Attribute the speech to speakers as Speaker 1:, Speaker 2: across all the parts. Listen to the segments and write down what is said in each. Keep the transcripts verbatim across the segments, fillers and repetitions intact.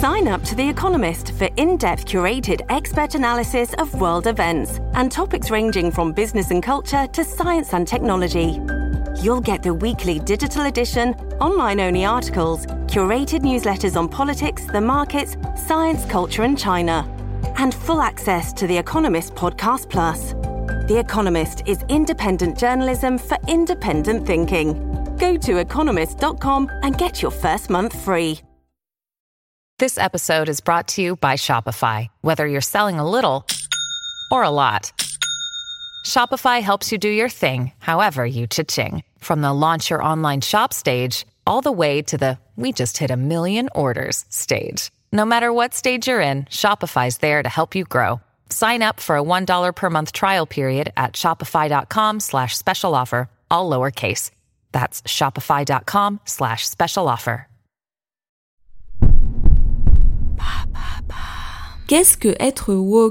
Speaker 1: Sign up to The Economist for in-depth curated expert analysis of world events and topics ranging from business and culture to science and technology. You'll get the weekly digital edition, online-only articles, curated newsletters on politics, the markets, science, culture and China, and full access to The Economist Podcast Plus. The Economist is independent journalism for independent thinking. Go to economist dot com and get your first month free.
Speaker 2: This episode is brought to you by Shopify. Whether you're selling a little or a lot, Shopify helps you do your thing, however you cha-ching. From the launch your online shop stage, all the way to the we just hit a million orders stage. No matter what stage you're in, Shopify's there to help you grow. Sign up for a one dollar per month trial period at shopify.com slash special offer, all lowercase. That's shopify.com slash special offer.
Speaker 3: Qu'est-ce que être woke ?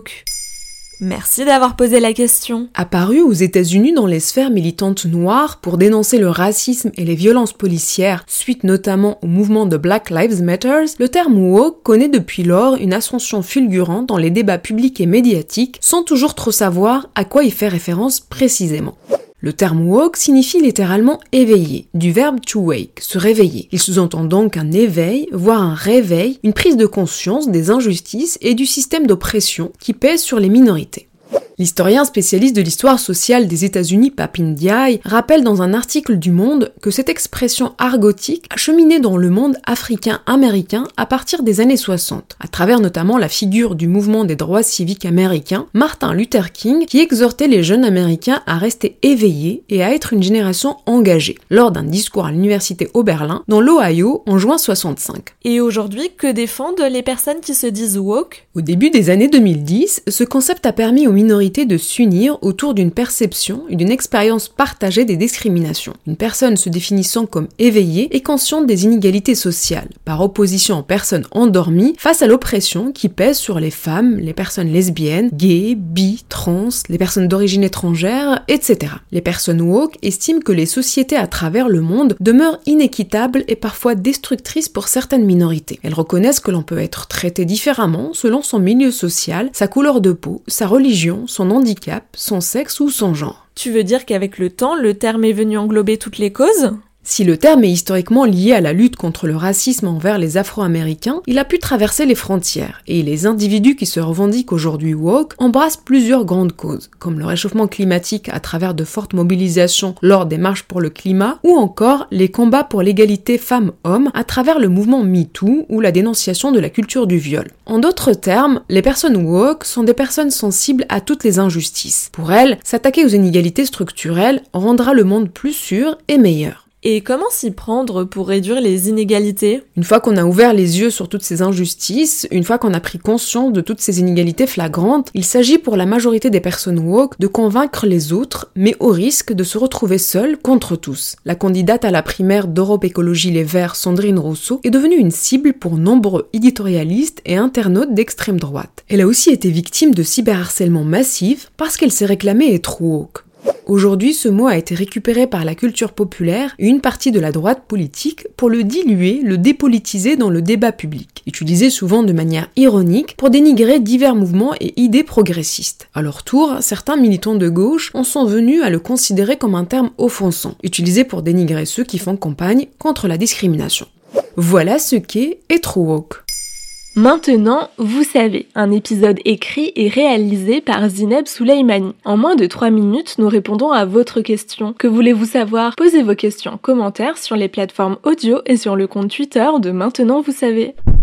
Speaker 3: Merci d'avoir posé la question.
Speaker 4: Apparu aux États-Unis dans les sphères militantes noires pour dénoncer le racisme et les violences policières, suite notamment au mouvement de Black Lives Matter, le terme woke connaît depuis lors une ascension fulgurante dans les débats publics et médiatiques, sans toujours trop savoir à quoi il fait référence précisément. Le terme woke signifie littéralement éveillé, du verbe to wake, se réveiller. Il sous-entend donc un éveil, voire un réveil, une prise de conscience des injustices et du système d'oppression qui pèse sur les minorités. L'historien spécialiste de l'histoire sociale des États-Unis, Papin Ndiaye, rappelle dans un article du Monde que cette expression argotique a cheminé dans le monde africain-américain à partir des années soixante, à travers notamment la figure du mouvement des droits civiques américains, Martin Luther King, qui exhortait les jeunes américains à rester éveillés et à être une génération engagée, lors d'un discours à l'université Oberlin, dans l'Ohio, en juin soixante-cinq.
Speaker 3: Et aujourd'hui, que défendent les personnes qui se disent woke ?
Speaker 4: Au début des années deux mille dix, ce concept a permis aux minorités de s'unir autour d'une perception et d'une expérience partagée des discriminations. Une personne se définissant comme éveillée et consciente des inégalités sociales, par opposition aux personnes endormies face à l'oppression qui pèse sur les femmes, les personnes lesbiennes, gays, bi, trans, les personnes d'origine étrangère, et cetera. Les personnes woke estiment que les sociétés à travers le monde demeurent inéquitables et parfois destructrices pour certaines minorités. Elles reconnaissent que l'on peut être traité différemment selon son milieu social, sa couleur de peau, sa religion, son handicap, son sexe ou son genre.
Speaker 3: Tu veux dire qu'avec le temps, le terme est venu englober toutes les causes ?
Speaker 4: Si le terme est historiquement lié à la lutte contre le racisme envers les Afro-Américains, il a pu traverser les frontières, et les individus qui se revendiquent aujourd'hui woke embrassent plusieurs grandes causes, comme le réchauffement climatique à travers de fortes mobilisations lors des marches pour le climat, ou encore les combats pour l'égalité femmes-hommes à travers le mouvement MeToo ou la dénonciation de la culture du viol. En d'autres termes, les personnes woke sont des personnes sensibles à toutes les injustices. Pour elles, s'attaquer aux inégalités structurelles rendra le monde plus sûr et meilleur.
Speaker 3: Et comment s'y prendre pour réduire les inégalités ?
Speaker 4: Une fois qu'on a ouvert les yeux sur toutes ces injustices, une fois qu'on a pris conscience de toutes ces inégalités flagrantes, il s'agit pour la majorité des personnes woke de convaincre les autres, mais au risque de se retrouver seuls contre tous. La candidate à la primaire d'Europe Écologie Les Verts, Sandrine Rousseau, est devenue une cible pour nombreux éditorialistes et internautes d'extrême droite. Elle a aussi été victime de cyberharcèlement massif parce qu'elle s'est réclamée être woke. Aujourd'hui, ce mot a été récupéré par la culture populaire et une partie de la droite politique pour le diluer, le dépolitiser dans le débat public, utilisé souvent de manière ironique pour dénigrer divers mouvements et idées progressistes. À leur tour, certains militants de gauche en sont venus à le considérer comme un terme offensant, utilisé pour dénigrer ceux qui font campagne contre la discrimination. Voilà ce qu'est être woke.
Speaker 3: Maintenant, vous savez, un épisode écrit et réalisé par Zineb Souleimani. En moins de trois minutes, nous répondons à votre question. Que voulez-vous savoir ? Posez vos questions en commentaire sur les plateformes audio et sur le compte Twitter de Maintenant vous savez.